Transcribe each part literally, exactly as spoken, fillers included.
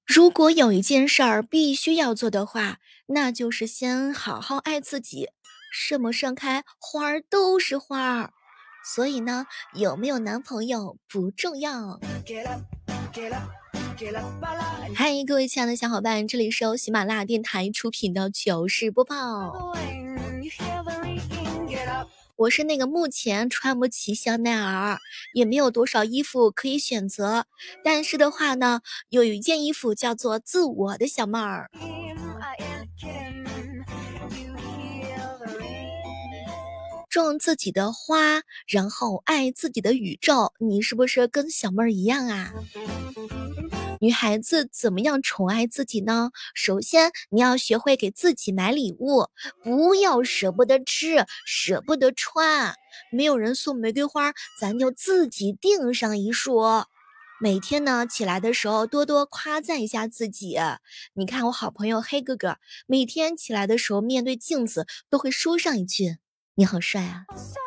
如果有一件事儿必须要做的话，那就是先好好爱自己。什么盛开，花儿都是花儿。所以呢，有没有男朋友不重要。嗨，各位亲爱的小伙伴，这里是由喜马拉雅电台出品的糗事播报。我是那个目前穿不起香奈儿，也没有多少衣服可以选择，但是的话呢，有一件衣服叫做自我的小妹儿。种自己的花，然后爱自己的宇宙，你是不是跟小妹儿一样啊？女孩子怎么样宠爱自己呢？首先你要学会给自己买礼物，不要舍不得吃，舍不得穿。没有人送玫瑰花，咱就自己订上一束。每天呢起来的时候多多夸赞一下自己。你看我好朋友黑哥哥，每天起来的时候面对镜子都会说上一句你好帅啊。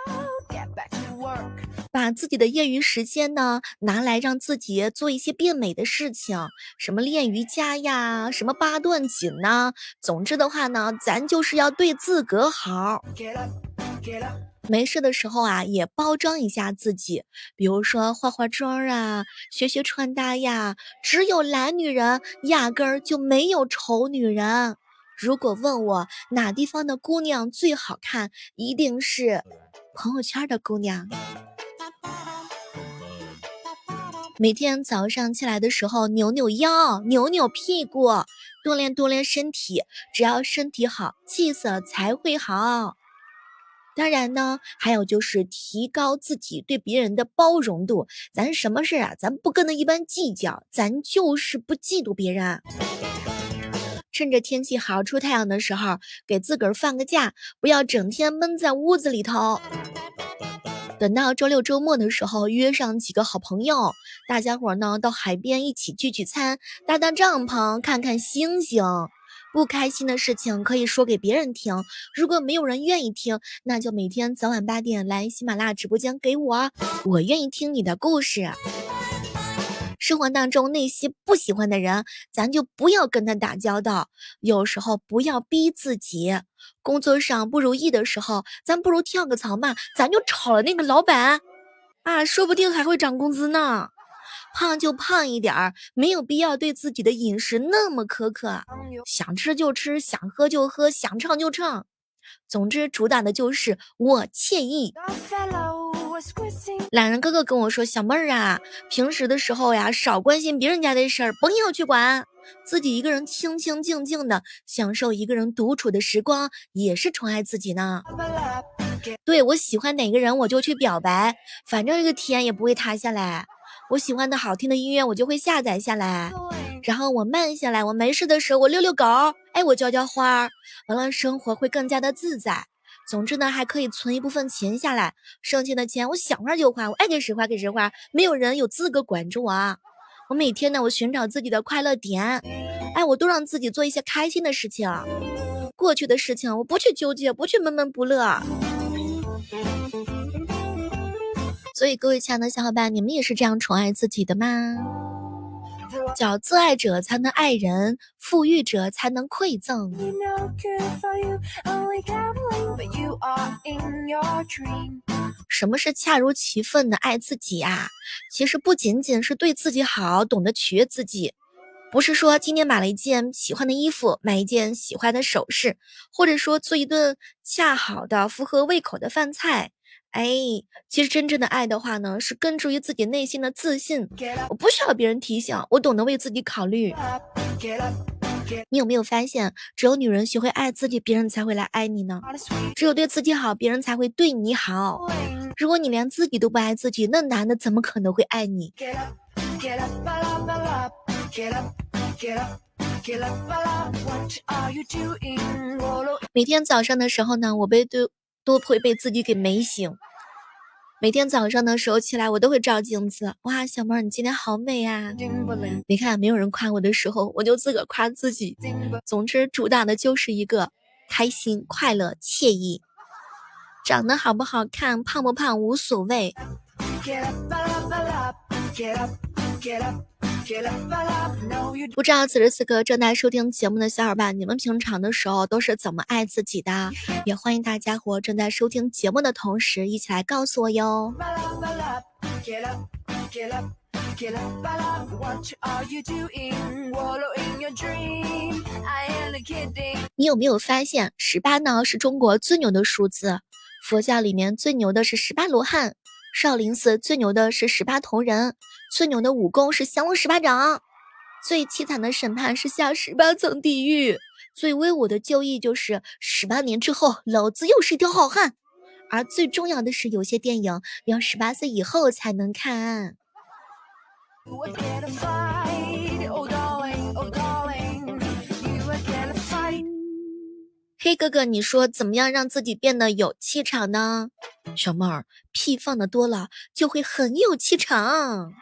把自己的业余时间呢拿来让自己做一些变美的事情，什么练瑜伽呀，什么八段锦呐，总之的话呢，咱就是要对自个好。没事的时候啊，也包装一下自己，比如说化化妆啊，学学穿搭呀。只有懒女人，压根儿就没有丑女人。如果问我哪地方的姑娘最好看，一定是朋友圈的姑娘。每天早上起来的时候，扭扭腰，扭扭屁股，锻炼锻炼身体。只要身体好，气色才会好。当然呢，还有就是提高自己对别人的包容度。咱什么事啊，咱不跟他一般计较，咱就是不嫉妒别人。趁着天气好出太阳的时候，给自个儿放个假，不要整天闷在屋子里头。等到周六周末的时候，约上几个好朋友，大家伙呢到海边一起聚聚餐，搭搭帐篷，看看星星。不开心的事情可以说给别人听，如果没有人愿意听，那就每天早晚八点来喜马拉雅直播间给我，我愿意听你的故事。生活当中那些不喜欢的人，咱就不要跟他打交道。有时候不要逼自己，工作上不如意的时候，咱不如跳个槽嘛，咱就炒了那个老板啊，说不定还会涨工资呢。胖就胖一点儿，没有必要对自己的饮食那么苛刻，想吃就吃，想喝就喝，想唱就唱。总之主打的就是我惬意。懒人哥哥跟我说，小妹儿啊，平时的时候呀，少关心别人家的事儿，甭要去管，自己一个人清清静静的享受一个人独处的时光，也是宠爱自己呢。对，我喜欢哪个人我就去表白，反正这个天也不会塌下来。我喜欢的好听的音乐我就会下载下来，然后我慢下来，我没事的时候我遛遛狗，哎，我浇浇花，完了生活会更加的自在。总之呢，还可以存一部分钱下来，剩下的钱我想花就花，我爱给谁花给谁花，没有人有资格管住我啊。我每天呢，我寻找自己的快乐点，哎，我都让自己做一些开心的事情，过去的事情我不去纠结，不去闷闷不乐。所以各位亲爱的小伙伴，你们也是这样宠爱自己的吗？叫自爱者才能爱人，富裕者才能馈赠。什么是恰如其分的爱自己啊？其实不仅仅是对自己好，懂得取悦自己，不是说今天买了一件喜欢的衣服，买一件喜欢的首饰，或者说做一顿恰好的符合胃口的饭菜。哎，其实真正的爱的话呢，是根植于自己内心的自信。我不需要别人提醒，我懂得为自己考虑。你有没有发现，只有女人学会爱自己，别人才会来爱你呢？只有对自己好，别人才会对你好。如果你连自己都不爱自己，那男的怎么可能会爱你？每天早上的时候呢，我被对都会被自己给美醒。每天早上的时候起来，我都会照镜子，哇，小妹儿你今天好美啊。你看没有人夸我的时候，我就自个儿夸自己。总之主打的就是一个开心快乐惬意，长得好不好看胖不胖无所谓。 不知道此时此刻正在收听节目的小伙伴，你们平常的时候都是怎么爱自己的？也欢迎大家伙正在收听节目的同时一起来告诉我哟。你有没有发现十八呢是中国最牛的数字？佛教里面最牛的是十八罗汉，少林寺最牛的是十八铜人，最牛的武功是降龙十八掌，最凄惨的审判是下十八层地狱，最威武的就义就是十八年之后老子又是一条好汉。而最重要的是有些电影要十八岁以后才能看。黑哥哥，你说怎么样让自己变得有气场呢？小妹儿，屁放的多了就会很有气场。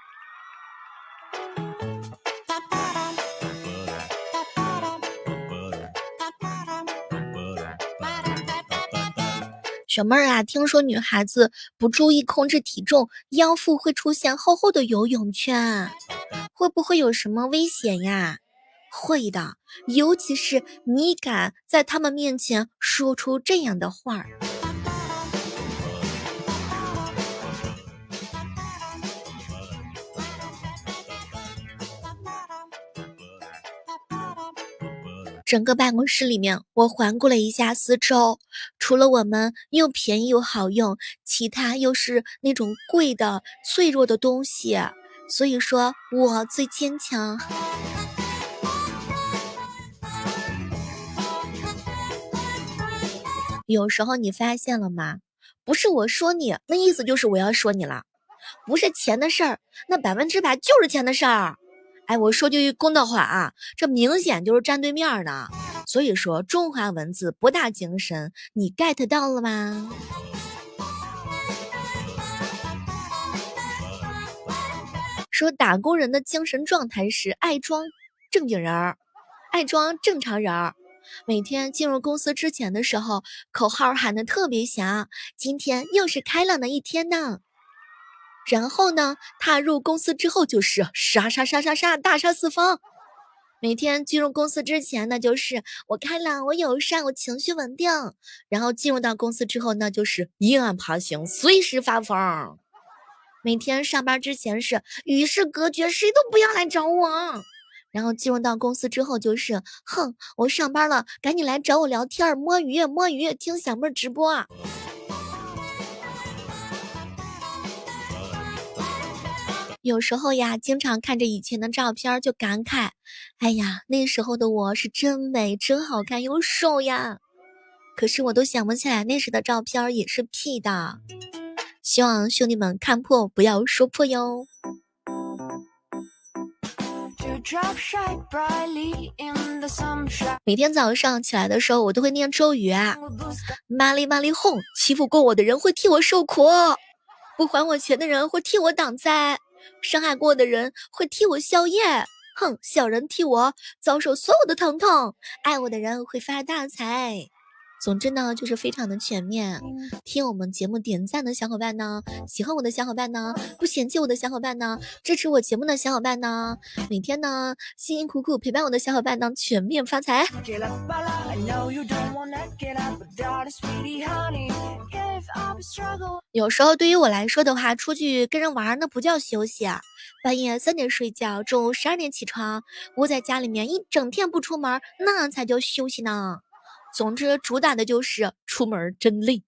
小妹儿啊，听说女孩子不注意控制体重，腰腹会出现厚厚的游泳圈，会不会有什么危险呀？会的，尤其是你敢在他们面前说出这样的话儿。整个办公室里面，我环顾了一下四周，除了我们又便宜又好用，其他又是那种贵的脆弱的东西，所以说我最坚强。有时候你发现了吗？不是我说你，那意思就是我要说你了。不是钱的事儿，那百分之百就是钱的事儿。哎，我说句公道话啊，这明显就是站对面的。所以说中华文字博大精深，你 get 到了吗？说打工人的精神状态是爱装正经人儿，爱装正常人儿。每天进入公司之前的时候，口号喊得特别响，今天又是开朗的一天呢。然后呢，踏入公司之后就是杀杀杀杀杀，大杀四方。每天进入公司之前呢，就是我开朗，我友善，我情绪稳定。然后进入到公司之后呢，就是阴暗爬行，随时发疯。每天上班之前是与世隔绝，谁都不要来找我。然后进入到公司之后就是哼，我上班了，赶紧来找我聊天，摸鱼摸鱼，听小妹直播。有时候呀，经常看着以前的照片就感慨，哎呀，那时候的我是真美真好看又瘦呀。可是我都想不起来那时的照片也是 P 的，希望兄弟们看破不要说破哟。每天早上起来的时候我都会念咒语啊，玛丽玛丽哄，欺负过我的人会替我受苦，不还我钱的人会替我挡灾，伤害过的人会替我消业，哼，小人替我遭受所有的疼痛，爱我的人会发大财。总之呢，就是非常的全面。听我们节目点赞的小伙伴呢，喜欢我的小伙伴呢，不嫌弃我的小伙伴呢，支持我节目的小伙伴呢，每天呢辛辛苦苦陪伴我的小伙伴呢，全面发财。有时候对于我来说的话，出去跟人玩那不叫休息啊，半夜三点睡觉，中午十二点起床，窝在家里面一整天不出门，那才叫休息呢。总之主打的就是出门真累。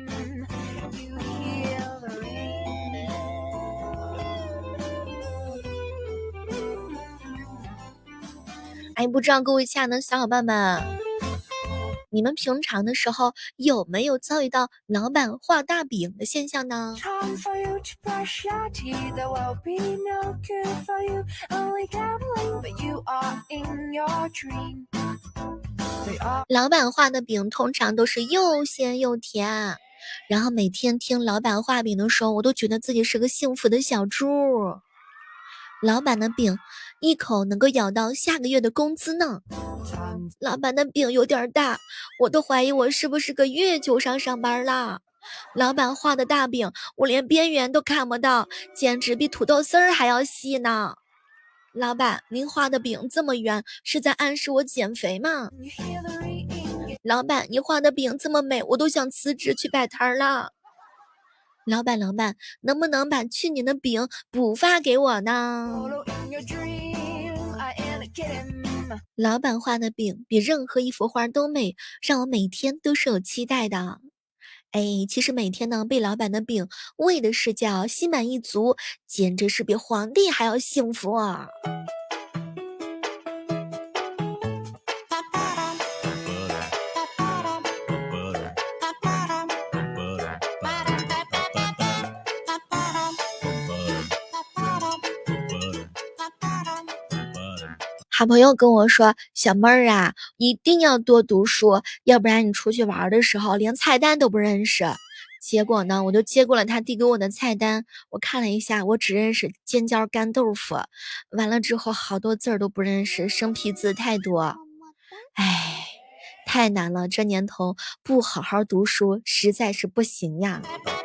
哎，不知道各位亲爱的小伙伴们，你们平常的时候有没有遭遇到老板画大饼的现象呢？老板画的饼通常都是又鲜又甜，然后每天听老板画饼的时候，我都觉得自己是个幸福的小猪。老板的饼一口能够咬到下个月的工资呢。老板的饼有点大，我都怀疑我是不是个月球上上班啦。老板画的大饼，我连边缘都看不到，简直比土豆丝儿还要细呢。 老板，您画的饼这么圆，是在暗示我减肥吗？老板，你画的饼这么美，我都想辞职去摆摊了。老板，老板，能不能把去年的饼补发给我呢？老板画的饼比任何一幅画都美，让我每天都是有期待的。哎，其实每天呢被老板的饼喂的是觉，心满意足，简直是比皇帝还要幸福啊！好朋友跟我说，小妹儿啊，一定要多读书，要不然你出去玩的时候连菜单都不认识。结果呢，我就接过了他递给我的菜单，我看了一下，我只认识尖椒干豆腐，完了之后好多字儿都不认识，生僻字太多，唉，太难了，这年头不好好读书实在是不行呀。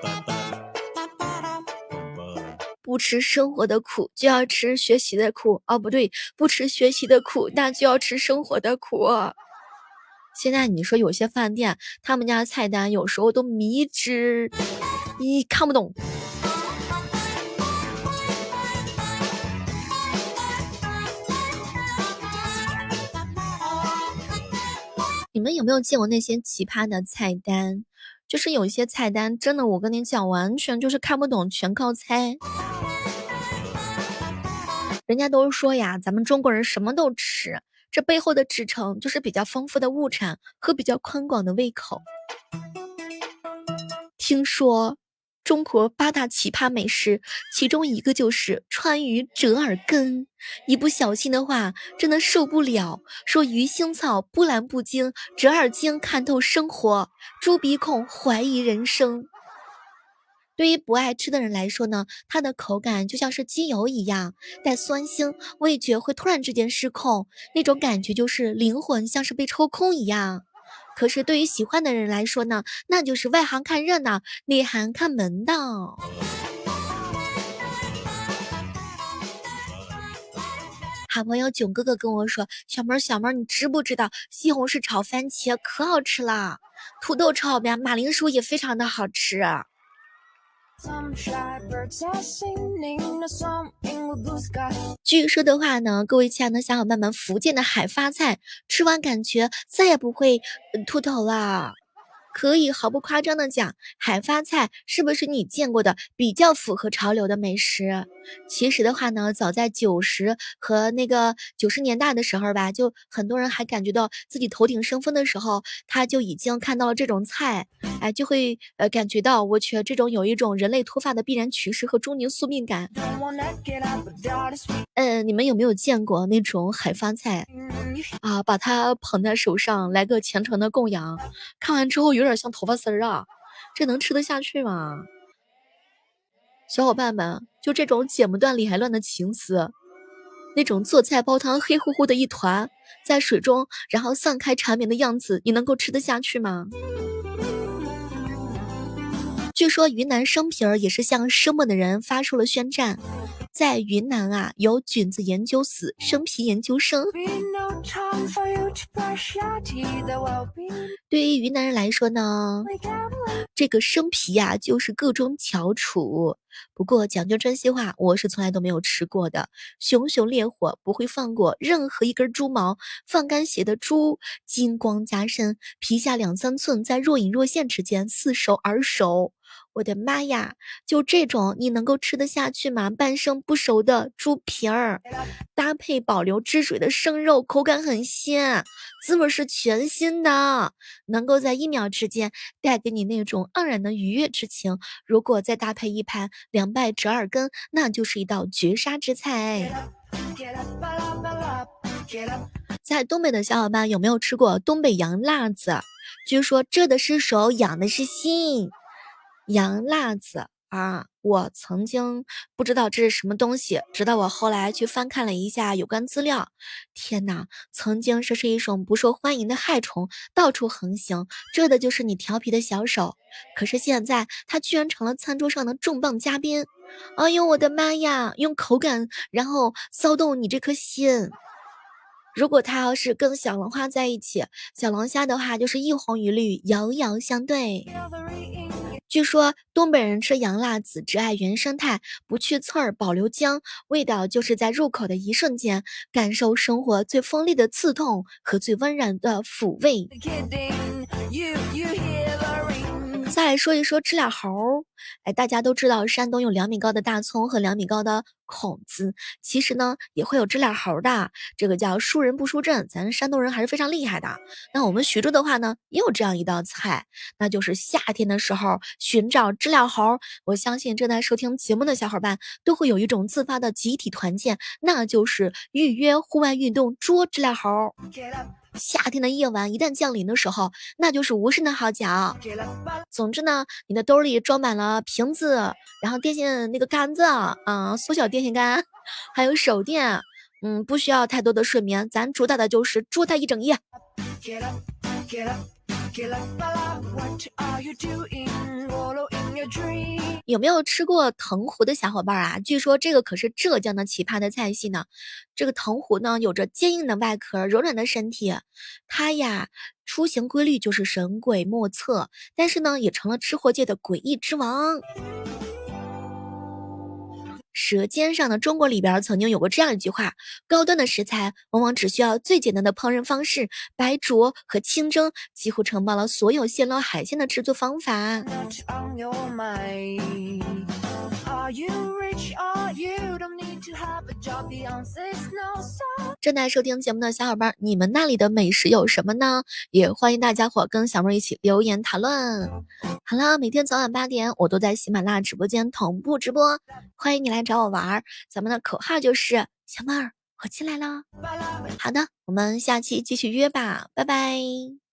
不吃生活的苦，就要吃学习的苦。哦，不对，不吃学习的苦，那就要吃生活的苦。现在你说有些饭店，他们家菜单有时候都迷之，你看不懂。你们有没有见过那些奇葩的菜单？就是有一些菜单，真的，我跟你讲，完全就是看不懂，全靠猜。人家都说呀，咱们中国人什么都吃，这背后的支撑就是比较丰富的物产和比较宽广的胃口。听说中国八大奇葩美食，其中一个就是川渝折耳根，一不小心的话真的受不了。说鱼腥草波澜不惊，折耳精看透生活，猪鼻孔怀疑人生。对于不爱吃的人来说呢，它的口感就像是机油一样，带酸腥，味觉会突然之间失控，那种感觉就是灵魂像是被抽空一样。可是对于喜欢的人来说呢，那就是外行看热闹，内行看门道。好朋友囧哥哥跟我说，小妹儿小妹儿，你知不知道西红柿炒番茄可好吃了，土豆炒边马铃薯也非常的好吃。据说的话呢，各位亲爱的小伙伴们，福建的海发菜吃完感觉再也不会、呃、秃头啦。可以毫不夸张的讲，海发菜是不是你见过的比较符合潮流的美食？其实的话呢，早在九十和那个九十年代的时候吧，就很多人还感觉到自己头顶生风的时候，他就已经看到了这种菜，哎，就会呃感觉到我去，这种有一种人类脱发的必然趋势和中年宿命感。呃，你们有没有见过那种海发菜啊？把它捧在手上，来个虔诚的供养，看完之后有点像头发丝儿啊，这能吃得下去吗？小伙伴们，就这种剪不断理还乱的情丝，那种做菜煲汤黑乎乎的一团，在水中然后散开缠绵的样子，你能够吃得下去吗？据说云南生皮儿也是向生猛的人发出了宣战。在云南啊，有菌子研究死，生皮研究生。对于云南人来说呢，这个生皮呀、啊、就是各种翘楚。不过讲究真心话，我是从来都没有吃过的。熊熊烈火不会放过任何一根猪毛，放干血的猪，金光加身，皮下两三寸，在若隐若现之间，似熟而熟。我的妈呀，就这种你能够吃得下去吗？半生不熟的猪皮儿，搭配保留汁水的生肉，口感很鲜，滋味是全新的，能够在一秒之间带给你那种盎然的愉悦之情。如果再搭配一盘凉拌折耳根，那就是一道绝杀之菜。在东北的小伙伴有没有吃过东北羊辣子？据说遮的是手，养的是心。羊辣子啊， 我曾经不知道这是什么东西，直到我后来去翻看了一下有关资料。天哪，曾经这是一种不受欢迎的害虫，到处横行，蛰的就是你调皮的小手。可是现在，它居然成了餐桌上的重磅嘉宾。哎呦我的妈呀！用口感，然后骚动你这颗心。如果它要是跟小龙虾在一起，小龙虾的话就是一红一绿，遥遥相对。据说东北人吃洋辣子只爱原生态，不去刺儿，保留浆，味道就是在入口的一瞬间，感受生活最锋利的刺痛和最温软的抚慰。再来说一说知了猴，哎，大家都知道山东有两米高的大葱和两米高的孔子，其实呢也会有知了猴的，这个叫输人不输阵，咱山东人还是非常厉害的。那我们徐州的话呢，也有这样一道菜，那就是夏天的时候寻找知了猴。我相信正在收听节目的小伙伴都会有一种自发的集体团建，那就是预约户外运动捉知了猴。夏天的夜晚一旦降临的时候，那就是无声的号角。总之呢，你的兜里装满了瓶子，然后电线那个杆子，嗯，缩小电线杆，还有手电，嗯，不需要太多的睡眠，咱主打的就是捉它一整夜。有没有吃过藤壶的小伙伴啊？据说这个可是浙江的奇葩的菜系呢。这个藤壶呢，有着坚硬的外壳，柔软的身体，它呀出行规律就是神鬼莫测，但是呢，也成了吃货界的诡异之王。舌尖上的中国里边曾经有过这样一句话：高端的食材往往只需要最简单的烹饪方式，白灼和清蒸几乎承包了所有现捞海鲜的制作方法。正在收听节目的小伙伴，你们那里的美食有什么呢？也欢迎大家伙跟小妹一起留言讨论。好了，每天早晚八点我都在喜马拉雅直播间同步直播，欢迎你来找我玩。咱们的口号就是小妹儿我进来了。好的，我们下期继续约吧，拜拜。